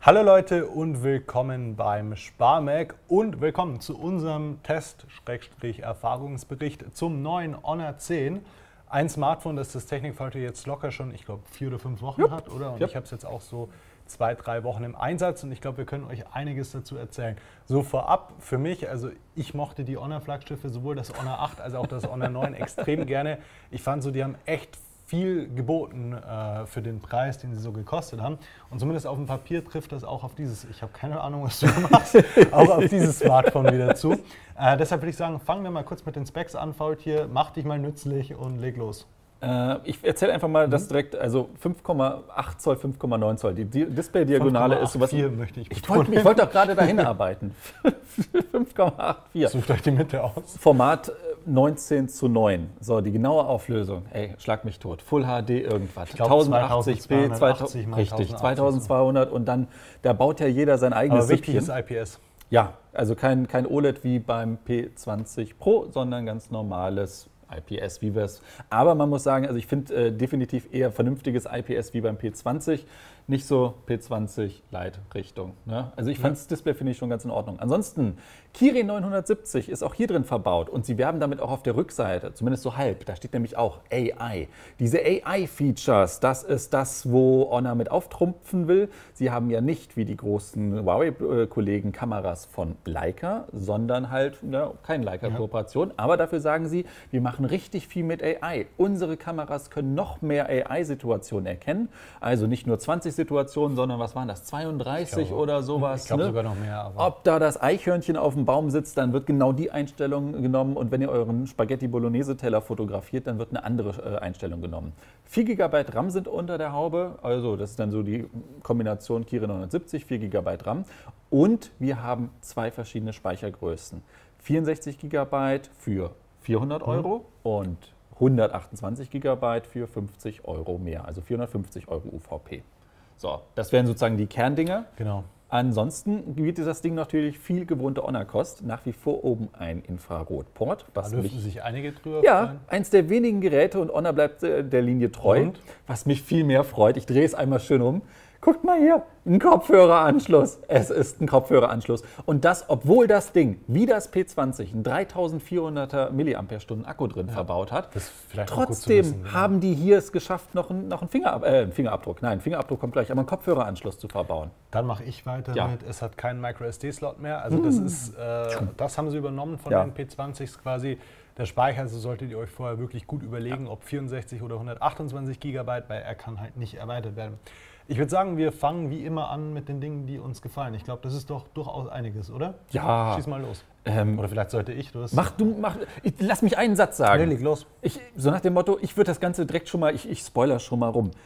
Hallo Leute und willkommen beim Sparmac und willkommen zu unserem Test-Erfahrungsbericht zum neuen Honor 10. Ein Smartphone, das das Technikfaktor jetzt locker schon, ich glaube, 4 oder 5 Wochen hat, oder? Und ich habe es jetzt auch so 2, 3 Wochen im Einsatz und ich glaube, wir können euch einiges dazu erzählen. So vorab für mich, also ich mochte die Honor-Flaggschiffe, sowohl das Honor 8 als auch das Honor 9 extrem gerne. Ich fand so, die haben echt viel geboten für den Preis, den sie so gekostet haben. Und zumindest auf dem Papier trifft das auch auf dieses, ich habe keine Ahnung, was du machst, auch auf dieses Smartphone wieder zu. Deshalb würde ich sagen, fangen wir mal kurz mit den Specs an, Faultier, mach dich mal nützlich und leg los. Ich erzähle einfach mal das direkt, also 5,8 Zoll, 5,9 Zoll. Die Display-Diagonale ist sowas. Möchte ich wollte doch gerade dahin arbeiten. 5,84. Sucht euch die Mitte aus. Format 19:9. So, die genaue Auflösung. Ey, schlag mich tot. Full HD irgendwas. 1080p, richtig, 2200 und dann, da baut ja jeder sein eigenes Aber wichtig ist IPS. Ja, also kein OLED wie beim P20 Pro, sondern ganz normales IPS, wie wir es. Aber man muss sagen, also ich finde definitiv eher vernünftiges IPS wie beim P20, nicht so P20 Lite Richtung. Ne? Also ich fand das Display, finde ich, schon ganz in Ordnung. Ansonsten, Kirin 970 ist auch hier drin verbaut und sie werben damit auch auf der Rückseite, zumindest so halb. Da steht nämlich auch AI. Diese AI-Features, das ist das, wo Honor mit auftrumpfen will. Sie haben ja nicht wie die großen Huawei-Kollegen Kameras von Leica, sondern halt keine Leica-Kooperation. Aber dafür sagen sie, wir machen richtig viel mit AI. Unsere Kameras können noch mehr AI-Situationen erkennen. Also nicht nur 20 Situationen, sondern was waren das? 32 oder sowas. Ich glaube sogar noch mehr. Aber ob da das Eichhörnchen auf dem Baum sitzt, dann wird genau die Einstellung genommen. Und wenn ihr euren Spaghetti-Bolognese-Teller fotografiert, dann wird eine andere Einstellung genommen. 4 GB RAM sind unter der Haube. Also das ist dann so die Kombination Kirin 970, 4 GB RAM. Und wir haben 2 verschiedene Speichergrößen. 64 GB für 400 € und 128 GB für 50 € mehr, also 450 € UVP. So, das wären sozusagen die Kerndinger. Genau. Ansonsten bietet das Ding natürlich viel gewohnte Honor-Kost. Nach wie vor oben ein Infrarotport. Da dürfen sich einige drüber freuen. Eins der wenigen Geräte und Honor bleibt der Linie treu. Und? Was mich viel mehr freut, ich drehe es einmal schön um. Guckt mal hier, ein Kopfhöreranschluss. Es ist ein Kopfhöreranschluss. Und das, obwohl das Ding, wie das P20, einen 3400er mAh Akku drin verbaut hat. Das ist vielleicht trotzdem gut zu wissen, haben die hier es geschafft, noch einen Fingerabdruck. Nein, Fingerabdruck kommt gleich, aber einen Kopfhöreranschluss zu verbauen. Dann mache ich weiter mit, es hat keinen Micro-SD-Slot mehr. Also das haben sie übernommen von den P20s quasi. Der Speicher, also solltet ihr euch vorher wirklich gut überlegen, ob 64 oder 128 GB, weil er kann halt nicht erweitert werden. Ich würde sagen, wir fangen wie immer an mit den Dingen, die uns gefallen. Ich glaube, das ist doch durchaus einiges, oder? Ja. Schieß mal los. Oder vielleicht sollte ich. Lass mich einen Satz sagen. Nee, leg los. So nach dem Motto, ich würde das Ganze direkt schon mal, ich spoiler schon mal rum.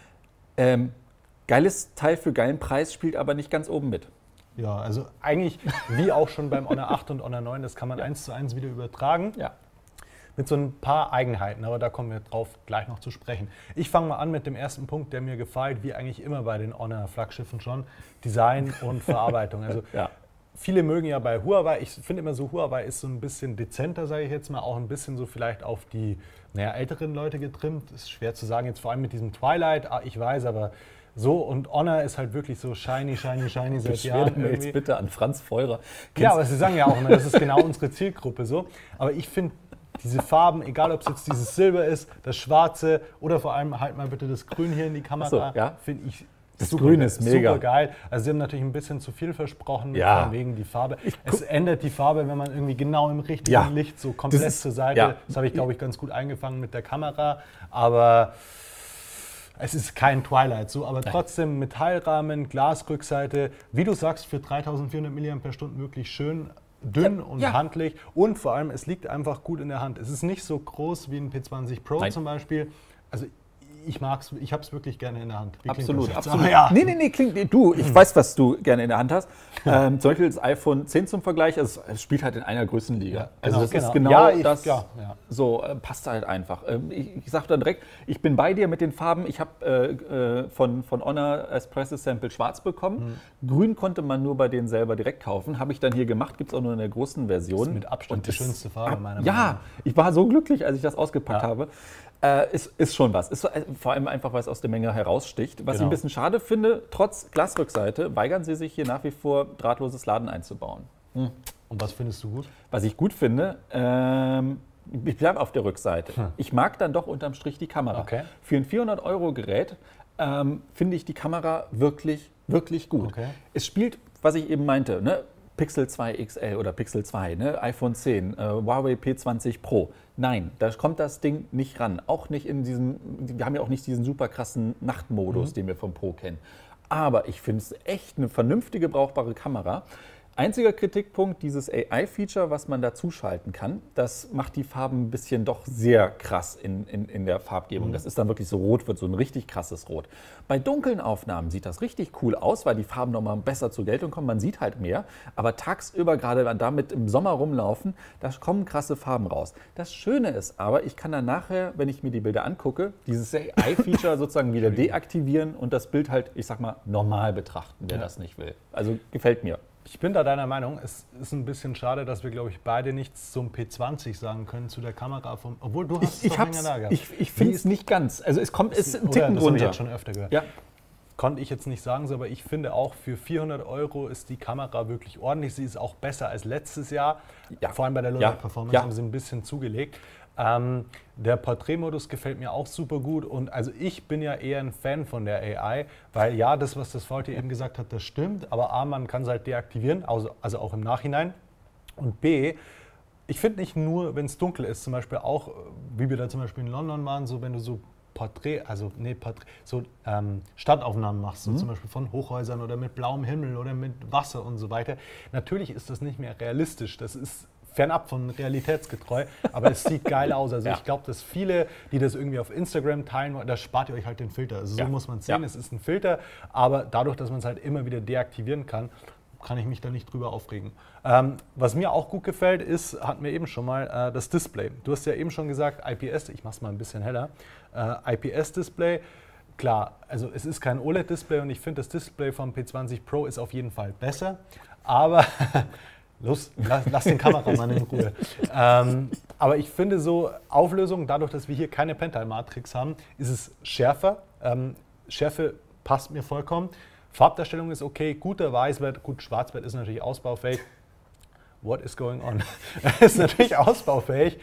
Geiles Teil für geilen Preis, spielt aber nicht ganz oben mit. Ja, also eigentlich wie auch schon beim Honor 8 und Honor 9, das kann man 1:1 wieder übertragen. Ja. Mit so ein paar Eigenheiten, aber da kommen wir drauf gleich noch zu sprechen. Ich fange mal an mit dem ersten Punkt, der mir gefällt, wie eigentlich immer bei den Honor-Flaggschiffen schon, Design und Verarbeitung. Also viele mögen ja bei Huawei, ich finde immer so, Huawei ist so ein bisschen dezenter, sage ich jetzt mal, auch ein bisschen so vielleicht auf die älteren Leute getrimmt. Ist schwer zu sagen, jetzt vor allem mit diesem Twilight, ich weiß, aber so, und Honor ist halt wirklich so shiny seit Jahren. Mails bitte an Franz Feurer. Ja, aber sie sagen ja auch immer, das ist genau unsere Zielgruppe so. Aber ich finde, diese Farben, egal ob es jetzt dieses Silber ist, das Schwarze oder vor allem halt mal bitte das Grün hier in die Kamera, finde ich das Grün ist mega. Super geil. Also sie haben natürlich ein bisschen zu viel versprochen, von wegen die Farbe. Es ändert die Farbe, wenn man irgendwie genau im richtigen Licht so komplett zur Seite. Ja. Das habe ich, glaube ich, ganz gut eingefangen mit der Kamera. Aber es ist kein Twilight, so, aber trotzdem Metallrahmen, Glasrückseite. Wie du sagst, für 3400 mAh wirklich schön. Dünn und handlich und vor allem, es liegt einfach gut in der Hand. Es ist nicht so groß wie ein P20 Pro zum Beispiel. Also ich mag's, ich habe es wirklich gerne in der Hand. Absolut. Ich weiß, was du gerne in der Hand hast. Zum Beispiel das iPhone 10 zum Vergleich, es spielt halt in einer Größenliga. Ja, also das ist so passt halt einfach. Ich sage dann direkt, ich bin bei dir mit den Farben. Ich habe von Honor Espresso Sample schwarz bekommen. Grün konnte man nur bei denen selber direkt kaufen. Habe ich dann hier gemacht, gibt es auch nur in der großen Version. Das ist mit Abstand die schönste Farbe meiner Meinung nach. Ja, ich war so glücklich, als ich das ausgepackt habe. Ist schon was. Ist vor allem einfach, weil es aus der Menge heraussticht. Was ich ein bisschen schade finde, trotz Glasrückseite weigern sie sich hier nach wie vor drahtloses Laden einzubauen. Und was findest du gut? Was ich gut finde, ich bleibe auf der Rückseite. Ich mag dann doch unterm Strich die Kamera. Okay. Für ein 400-Euro-Gerät finde ich die Kamera wirklich, wirklich gut. Okay. Es spielt, was ich eben meinte, ne? Pixel 2 XL oder Pixel 2, ne? iPhone 10, Huawei P20 Pro. Nein, da kommt das Ding nicht ran. Auch nicht in diesem, wir haben ja auch nicht diesen super krassen Nachtmodus, den wir vom Pro kennen. Aber ich finde es echt eine vernünftige, brauchbare Kamera. Einziger Kritikpunkt, dieses AI-Feature, was man da zuschalten kann, das macht die Farben ein bisschen doch sehr krass in der Farbgebung. Das ist dann wirklich so rot, wird so ein richtig krasses Rot. Bei dunklen Aufnahmen sieht das richtig cool aus, weil die Farben nochmal besser zur Geltung kommen. Man sieht halt mehr, aber tagsüber, gerade wenn damit im Sommer rumlaufen, da kommen krasse Farben raus. Das Schöne ist aber, ich kann dann nachher, wenn ich mir die Bilder angucke, dieses AI-Feature sozusagen wieder deaktivieren und das Bild halt, ich sag mal, normal betrachten, wer das nicht will. Also gefällt mir. Ich bin da deiner Meinung. Es ist ein bisschen schade, dass wir, glaube ich, beide nichts zum P20 sagen können, zu der Kamera. Obwohl, du hast es doch länger da gehabt. Ich finde es nicht ganz. Also es kommt, ist ein Ticken das runter. habe ich jetzt schon öfter gehört. Ja. Konnte ich jetzt nicht sagen, aber ich finde auch, für 400 Euro ist die Kamera wirklich ordentlich. Sie ist auch besser als letztes Jahr. Ja. Vor allem bei der Low-Light Performance haben sie ein bisschen zugelegt. Der Porträtmodus gefällt mir auch super gut und also ich bin ja eher ein Fan von der AI, weil ja, das, was das VT eben gesagt hat, das stimmt, aber A, man kann es halt deaktivieren, also auch im Nachhinein, und B, ich finde nicht nur, wenn es dunkel ist, zum Beispiel auch, wie wir da zum Beispiel in London waren, so wenn du so Stadtaufnahmen machst, so zum Beispiel von Hochhäusern oder mit blauem Himmel oder mit Wasser und so weiter. Natürlich ist das nicht mehr realistisch, das ist fernab von realitätsgetreu, aber es sieht geil aus. Also ich glaube, dass viele, die das irgendwie auf Instagram teilen, da spart ihr euch halt den Filter. Also so muss man es sehen, es ist ein Filter, aber dadurch, dass man es halt immer wieder deaktivieren kann ich mich da nicht drüber aufregen. Was mir auch gut gefällt, ist, hatten wir eben schon mal, das Display. Du hast ja eben schon gesagt, IPS, ich mache es mal ein bisschen heller, IPS-Display. Klar, also es ist kein OLED-Display und ich finde, das Display vom P20 Pro ist auf jeden Fall besser, aber lass den Kameramann in Ruhe. Aber ich finde so Auflösung, dadurch, dass wir hier keine Pentile-Matrix haben, ist es schärfer. Schärfe passt mir vollkommen. Farbdarstellung ist okay, guter Weißwert, gut, Schwarzwert ist natürlich ausbaufähig. What is going on? Ist natürlich ausbaufähig,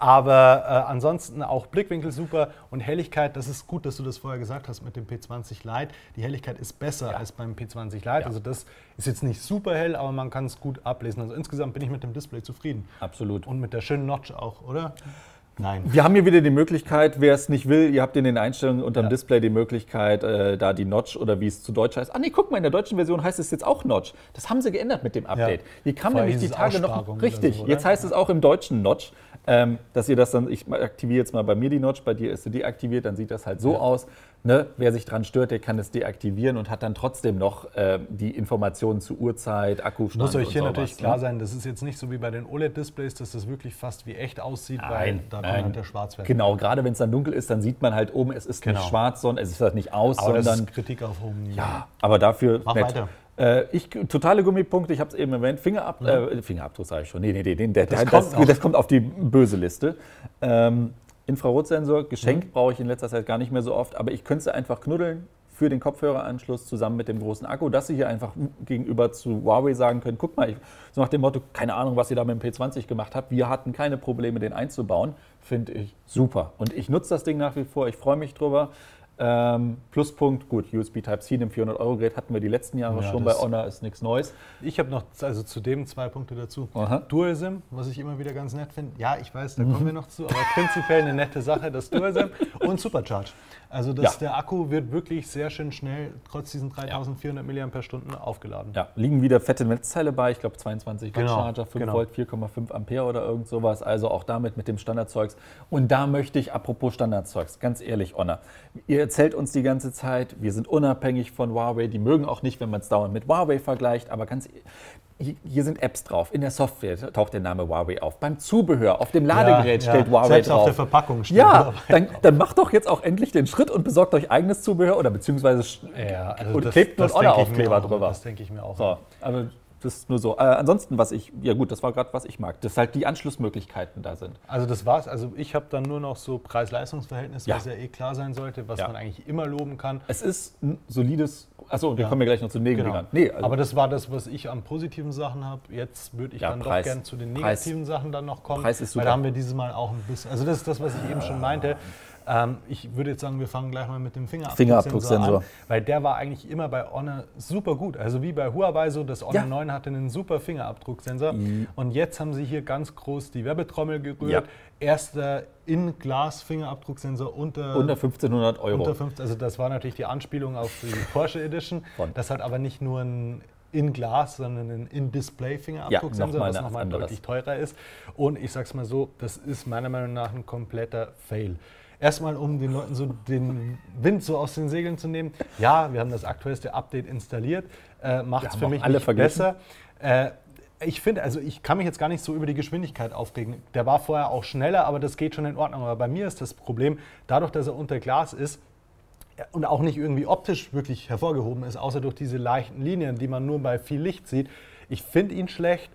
aber ansonsten auch Blickwinkel super und Helligkeit, das ist gut, dass du das vorher gesagt hast mit dem P20 Lite. Die Helligkeit ist besser als beim P20 Lite, also das ist jetzt nicht super hell, aber man kann es gut ablesen. Also insgesamt bin ich mit dem Display zufrieden. Absolut. Und mit der schönen Notch auch, oder? Nein. Wir haben hier wieder die Möglichkeit, wer es nicht will, ihr habt in den Einstellungen unterm Display die Möglichkeit, da die Notch oder wie es zu Deutsch heißt. Ah nee, guck mal, in der deutschen Version heißt es jetzt auch Notch. Das haben sie geändert mit dem Update. Hier kam nämlich die Tage noch, richtig, so, jetzt heißt es auch im Deutschen Notch, dass ihr das dann, ich aktiviere jetzt mal bei mir die Notch, bei dir ist sie deaktiviert, dann sieht das halt so aus. Ne? Wer sich dran stört, der kann es deaktivieren und hat dann trotzdem noch die Informationen zu Uhrzeit, Akkustand. Muss euch hier natürlich klar sein, das ist jetzt nicht so wie bei den OLED-Displays, dass das wirklich fast wie echt aussieht, weil da kommt halt der Schwarzwert. Genau, gerade wenn es dann dunkel ist, dann sieht man halt oben, es ist nicht schwarz, sondern es ist halt nicht aus, aber sondern... das ist Kritik auf hohem Niveau. Ja, aber dafür Mach weiter. Totale Gummipunkte, ich habe es eben erwähnt, Fingerabdruck sage ich schon, das kommt auf die böse Liste. Infrarotsensor, Geschenk brauche ich in letzter Zeit gar nicht mehr so oft, aber ich könnte es einfach knuddeln für den Kopfhöreranschluss zusammen mit dem großen Akku, dass Sie hier einfach gegenüber zu Huawei sagen können, guck mal, so nach dem Motto, keine Ahnung, was ihr da mit dem P20 gemacht habt, wir hatten keine Probleme, den einzubauen, finde ich super. Und ich nutze das Ding nach wie vor, ich freue mich drüber. Pluspunkt, gut, USB Type-C, dem 400-Euro-Gerät hatten wir die letzten Jahre schon, bei Honor ist nichts Neues. Ich habe noch, also zudem 2 Punkte dazu. Dual-SIM, was ich immer wieder ganz nett finde. Ja, ich weiß, da kommen wir noch zu, aber prinzipiell eine nette Sache, das Dual-SIM und Supercharge. Also der Akku wird wirklich sehr schön schnell, trotz diesen 3400 mAh aufgeladen. Ja, liegen wieder fette Netzteile bei, ich glaube 22 Watt Charger, 5 Volt, 4,5 Ampere oder irgend sowas, also auch damit mit dem Standardzeugs. Und da möchte ich, apropos Standardzeugs, ganz ehrlich, Honor, ihr erzählt uns die ganze Zeit, wir sind unabhängig von Huawei, die mögen auch nicht, wenn man es dauernd mit Huawei vergleicht, aber ganz hier sind Apps drauf, in der Software taucht der Name Huawei auf, beim Zubehör, auf dem Ladegerät steht Huawei selbst drauf. Auf der Verpackung steht dann macht doch jetzt auch endlich den Schritt und besorgt euch eigenes Zubehör oder beziehungsweise und klebt nur einen Honor-Aufkleber drüber. Das denke ich mir auch. So, aber Das ist nur so. Ansonsten, das war gerade, was ich mag, dass halt die Anschlussmöglichkeiten da sind. Also das war's. Also ich habe dann nur noch so Preis-Leistungs-Verhältnis, was ja klar sein sollte, was man eigentlich immer loben kann. Es ist ein solides, wir kommen ja gleich noch zu den Negendingern. Genau. Also aber das war das, was ich an positiven Sachen habe. Jetzt würde ich dann doch gern zu den negativen Sachen dann noch kommen. Preis ist super. Weil da haben wir dieses Mal auch ein bisschen, also das ist das, was ich eben schon meinte. Ich würde jetzt sagen, wir fangen gleich mal mit dem Fingerabdrucksensor an, weil der war eigentlich immer bei Honor super gut. Also wie bei Huawei so, das Honor 9 hatte einen super Fingerabdrucksensor. Und jetzt haben sie hier ganz groß die Werbetrommel gerührt. Erster In-Glas-Fingerabdrucksensor unter 1.500 €. Also das war natürlich die Anspielung auf die Porsche Edition. Das hat aber nicht nur ein in-Glas, sondern ein In-Display-Fingerabdrucksensor, was nochmal deutlich teurer ist. Und ich sag's mal so, das ist meiner Meinung nach ein kompletter Fail. Erstmal, um den Leuten so den Wind so aus den Segeln zu nehmen. Ja, wir haben das aktuellste Update installiert, macht es für mich nicht besser. Ich finde, also ich kann mich jetzt gar nicht so über die Geschwindigkeit aufregen. Der war vorher auch schneller, aber das geht schon in Ordnung. Aber bei mir ist das Problem, dadurch, dass er unter Glas ist und auch nicht irgendwie optisch wirklich hervorgehoben ist, außer durch diese leichten Linien, die man nur bei viel Licht sieht. Ich finde ihn schlecht.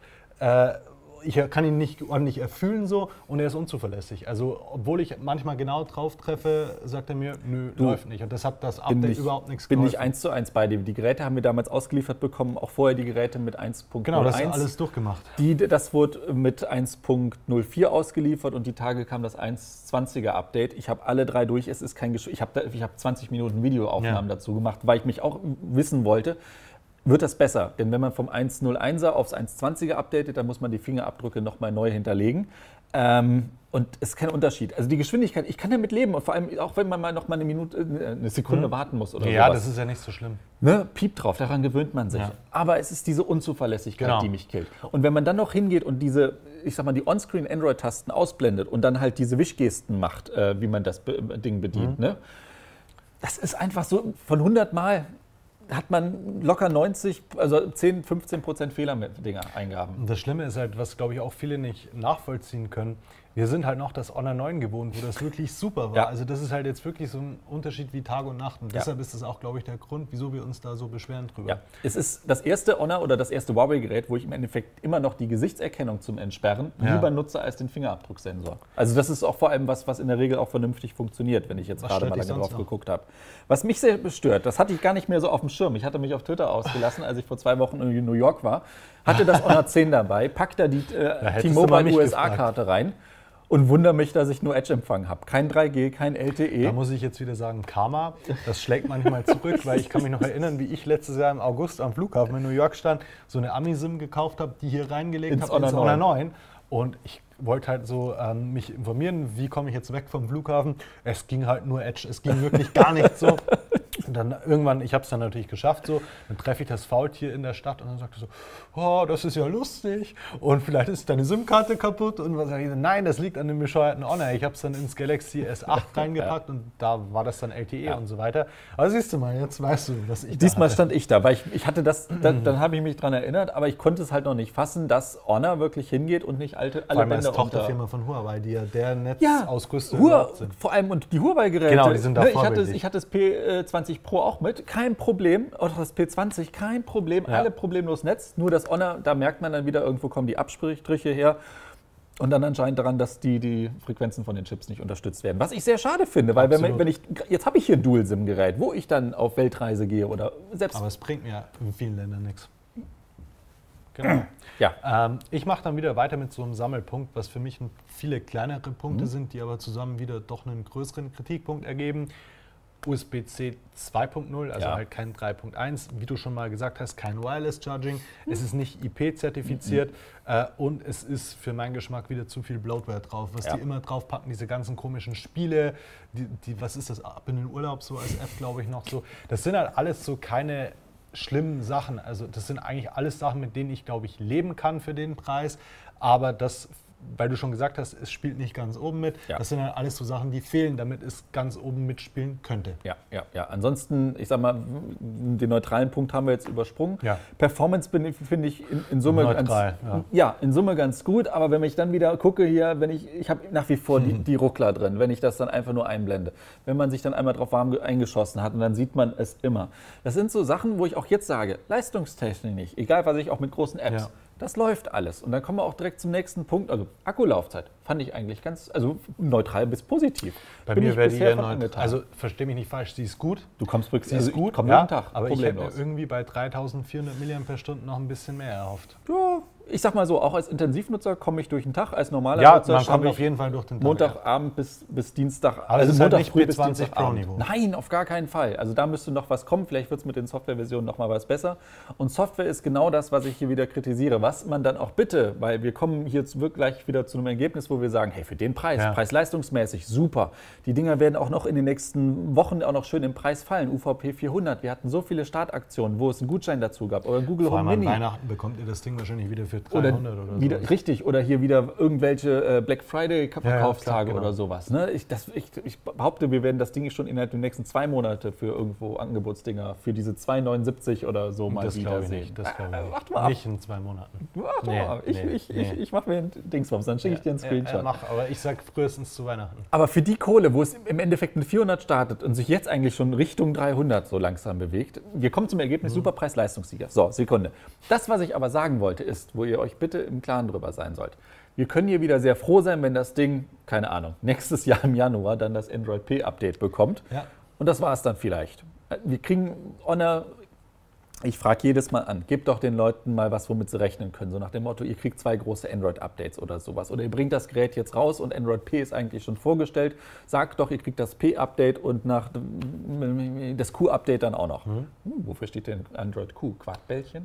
Ich kann ihn nicht ordentlich erfühlen so und er ist unzuverlässig. Also obwohl ich manchmal genau drauf treffe, sagt er mir, nö, läuft nicht. Und das hat das Update überhaupt nichts geholfen. Bin ich 1:1 bei dir. Die Geräte haben wir damals ausgeliefert bekommen, auch vorher die Geräte mit 1.01. Genau, das ist alles durchgemacht. Das wurde mit 1.04 ausgeliefert und die Tage kam das 1.20er Update. Ich habe alle 3 durch. Es ist kein ich habe 20 Minuten Videoaufnahmen dazu gemacht, weil ich mich auch wissen wollte, wird das besser. Denn wenn man vom 1.01er aufs 1.20er updatet, dann muss man die Fingerabdrücke nochmal neu hinterlegen. Und es ist kein Unterschied. Also die Geschwindigkeit, ich kann damit leben. Und vor allem auch, wenn man mal noch mal eine Sekunde warten muss oder ja, das ist ja nicht so schlimm. Ne? Piept drauf, daran gewöhnt man sich. Ja. Aber es ist diese Unzuverlässigkeit, die mich killt. Und wenn man dann noch hingeht und diese, ich sag mal, die On-Screen-Android-Tasten ausblendet und dann halt diese Wischgesten macht, wie man das Ding bedient, ne? Das ist einfach so, von 100 Mal hat man locker 10-15% Fehler mit Eingaben. Und das Schlimme ist halt, was glaube ich auch viele nicht nachvollziehen können, wir sind halt noch das Honor 9 gewohnt, wo das wirklich super war. Ja. Also das ist halt jetzt wirklich so ein Unterschied wie Tag und Nacht. Und deshalb ist das auch, glaube ich, der Grund, wieso wir uns da so beschweren drüber. Ja. Es ist das erste Honor oder das erste Huawei-Gerät, wo ich im Endeffekt immer noch die Gesichtserkennung zum Entsperren lieber nutze als den Fingerabdrucksensor. Also das ist auch vor allem was in der Regel auch vernünftig funktioniert, wenn ich jetzt gerade mal lange drauf geguckt habe. Was mich sehr bestört, das hatte ich gar nicht mehr so auf dem Schirm. Ich hatte mich auf Twitter ausgelassen, als ich vor 2 Wochen in New York war, hatte das Honor 10 dabei, packt da die T-Mobile USA-Karte rein. Und wundere mich, dass ich nur Edge-Empfang habe. Kein 3G, kein LTE. Da muss ich jetzt wieder sagen, Karma, das schlägt manchmal zurück, weil ich kann mich noch erinnern, wie ich letztes Jahr im August am Flughafen in New York stand, so eine Ami-SIM gekauft habe, die hier reingelegt habe ins Honor 9. Und ich wollte halt so mich informieren, wie komme ich jetzt weg vom Flughafen. Es ging halt nur Edge, es ging wirklich gar nicht so. Und dann irgendwann, ich habe es dann natürlich geschafft, so, dann treffe ich das Faultier in der Stadt und dann sagte so, oh, das ist ja lustig und vielleicht ist deine SIM-Karte kaputt und was sage ich, nein, das liegt an dem bescheuerten Honor. Ich habe es dann ins Galaxy S8 reingepackt und da war das dann LTE und so weiter. Aber siehst du mal, jetzt weißt du, was ich Diesmal stand ich da, weil ich hatte das, dann habe ich mich dran erinnert, aber ich konnte es halt noch nicht fassen, dass Honor wirklich hingeht und nicht alle Bänder als Tochterfirma von Huawei, die ja der Netzausrüster sind. Vor allem und die Huawei-Geräte. Genau, die sind da vorbildlich. Ich hatte das P20 Pro auch mit, kein Problem. Auch das P20, kein Problem. Alle problemlos Netz. Nur das Honor, da merkt man dann wieder, irgendwo kommen die Abstriche her. Und dann anscheinend daran, dass die Frequenzen von den Chips nicht unterstützt werden. Was ich sehr schade finde, weil jetzt habe ich hier ein Dual-SIM-Gerät, wo ich dann auf Weltreise gehe oder selbst. Aber es bringt mir in vielen Ländern nichts. Genau. Ich mache dann wieder weiter mit so einem Sammelpunkt, was für mich viele kleinere Punkte sind, die aber zusammen wieder doch einen größeren Kritikpunkt ergeben. USB-C 2.0, also halt kein 3.1, wie du schon mal gesagt hast, kein Wireless Charging, es ist nicht IP-zertifiziert und es ist für meinen Geschmack wieder zu viel Bloatware drauf, was die immer draufpacken, diese ganzen komischen Spiele, was ist das, ab in den Urlaub so als App, glaube ich, noch so, das sind halt alles so keine schlimmen Sachen, also das sind eigentlich alles Sachen, mit denen ich, glaube ich, leben kann für den Preis, aber das weil du schon gesagt hast, es spielt nicht ganz oben mit. Ja. Das sind dann alles so Sachen, die fehlen, damit es ganz oben mitspielen könnte. Ja. Ansonsten, ich sag mal, den neutralen Punkt haben wir jetzt übersprungen. Ja. Performance finde ich in Summe Neutral, in Summe ganz gut, aber wenn ich dann wieder gucke hier, ich habe nach wie vor die Ruckler drin, wenn ich das dann einfach nur einblende. Wenn man sich dann einmal drauf warm eingeschossen hat und dann sieht man es immer. Das sind so Sachen, wo ich auch jetzt sage, Leistungstechnik nicht, egal was ich auch mit großen Apps. Ja. Das läuft alles. Und dann kommen wir auch direkt zum nächsten Punkt. Also Akkulaufzeit fand ich eigentlich neutral bis positiv. Bei mir wäre die ja neutral. Also verstehe mich nicht falsch, sie ist gut. Du kommst wirklich, sie ist gut, komm jeden Tag. Aber ich hätte mir irgendwie bei 3400 mAh noch ein bisschen mehr erhofft. Ja, ich sag mal so, auch als Intensivnutzer komme ich durch den Tag, als normaler Nutzer man kommt auf jeden Fall durch den Tag. Montagabend bis Dienstag. Aber also Montag halt nicht P20 Pro Niveau. Nein, auf gar keinen Fall. Also da müsste noch was kommen. Vielleicht wird es mit den Softwareversionen noch mal was besser. Und Software ist genau das, was ich hier wieder kritisiere. Was man dann auch bitte, weil wir kommen hier gleich wieder zu einem Ergebnis, wo wir sagen, hey, für den Preis, preis-leistungsmäßig, super. Die Dinger werden auch noch in den nächsten Wochen auch noch schön im Preis fallen. UVP 400. Wir hatten so viele Startaktionen, wo es einen Gutschein dazu gab. Oder Google Home Mini. An Weihnachten bekommt ihr das Ding wahrscheinlich wieder für 300 oder so. Richtig, oder hier wieder irgendwelche Black Friday-Verkaufstage oder sowas. Ne? Ich behaupte, wir werden das Ding schon innerhalb der nächsten 2 Monate für irgendwo Angebotsdinger für diese 2,79 oder so mal wieder sehen. Das glaube ich warte mal nicht in 2 Monaten. Warte mal, ich mache mir ein Dingsbums, dann schicke ich dir einen Screenshot. Aber ich sage frühestens zu Weihnachten. Aber für die Kohle, wo es im Endeffekt mit 400 startet und sich jetzt eigentlich schon Richtung 300 so langsam bewegt, wir kommen zum Ergebnis Superpreis-Leistungssieger. So, Sekunde. Das, was ich aber sagen wollte, ist, wo ihr euch bitte im Klaren drüber sein sollt. Wir können hier wieder sehr froh sein, wenn das Ding, keine Ahnung, nächstes Jahr im Januar dann das Android P-Update bekommt. Ja. Und das war es dann vielleicht. Wir kriegen Honor, ich frage jedes Mal an, gebt doch den Leuten mal was, womit sie rechnen können. So nach dem Motto, ihr kriegt 2 große Android-Updates oder sowas. Oder ihr bringt das Gerät jetzt raus und Android P ist eigentlich schon vorgestellt. Sagt doch, ihr kriegt das P-Update und das Q-Update dann auch noch. Wofür steht denn Android Q? Quarkbällchen?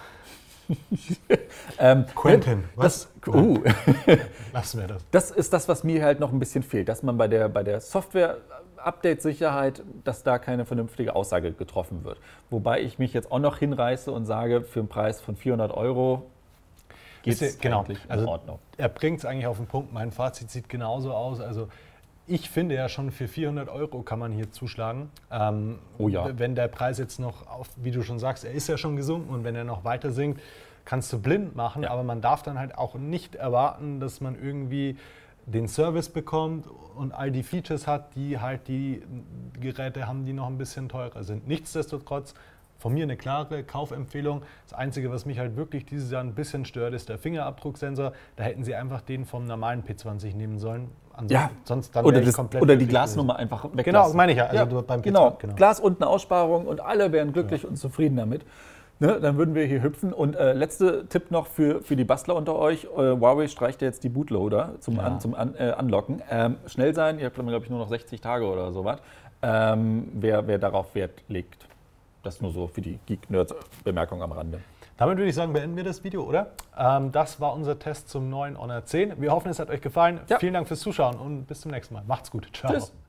Quentin, was? Lassen wir das. Das ist das, was mir halt noch ein bisschen fehlt, dass man bei der Software-Update-Sicherheit, dass da keine vernünftige Aussage getroffen wird. Wobei ich mich jetzt auch noch hinreiße und sage, für einen Preis von 400 € geht es eigentlich in Ordnung. Er bringt es eigentlich auf den Punkt. Mein Fazit sieht genauso aus. Also ich finde ja schon für 400 € kann man hier zuschlagen. Wenn der Preis jetzt noch, wie du schon sagst, er ist ja schon gesunken und wenn er noch weiter sinkt, kannst du blind machen. Ja. Aber man darf dann halt auch nicht erwarten, dass man irgendwie den Service bekommt und all die Features hat, die halt die Geräte haben, die noch ein bisschen teurer sind. Nichtsdestotrotz von mir eine klare Kaufempfehlung. Das Einzige, was mich halt wirklich dieses Jahr ein bisschen stört, ist der Fingerabdrucksensor. Da hätten sie einfach den vom normalen P20 nehmen sollen. Sonst dann oder die Glasnummer einfach weglassen. Genau, meine ich ja. Also beim P20, genau. Glas und eine Aussparung und alle wären glücklich und zufrieden damit. Ne, dann würden wir hier hüpfen. Und letzter Tipp noch für die Bastler unter euch. Huawei streicht ja jetzt die Bootloader zum Unlocken. Schnell sein, ihr habt, glaube ich, nur noch 60 Tage oder sowas. Wer darauf Wert legt. Das nur so für die Geek-Nerds-Bemerkung am Rande. Damit würde ich sagen, beenden wir das Video, oder? Das war unser Test zum neuen Honor 10. Wir hoffen, es hat euch gefallen. Ja. Vielen Dank fürs Zuschauen und bis zum nächsten Mal. Macht's gut. Ciao. Tschüss.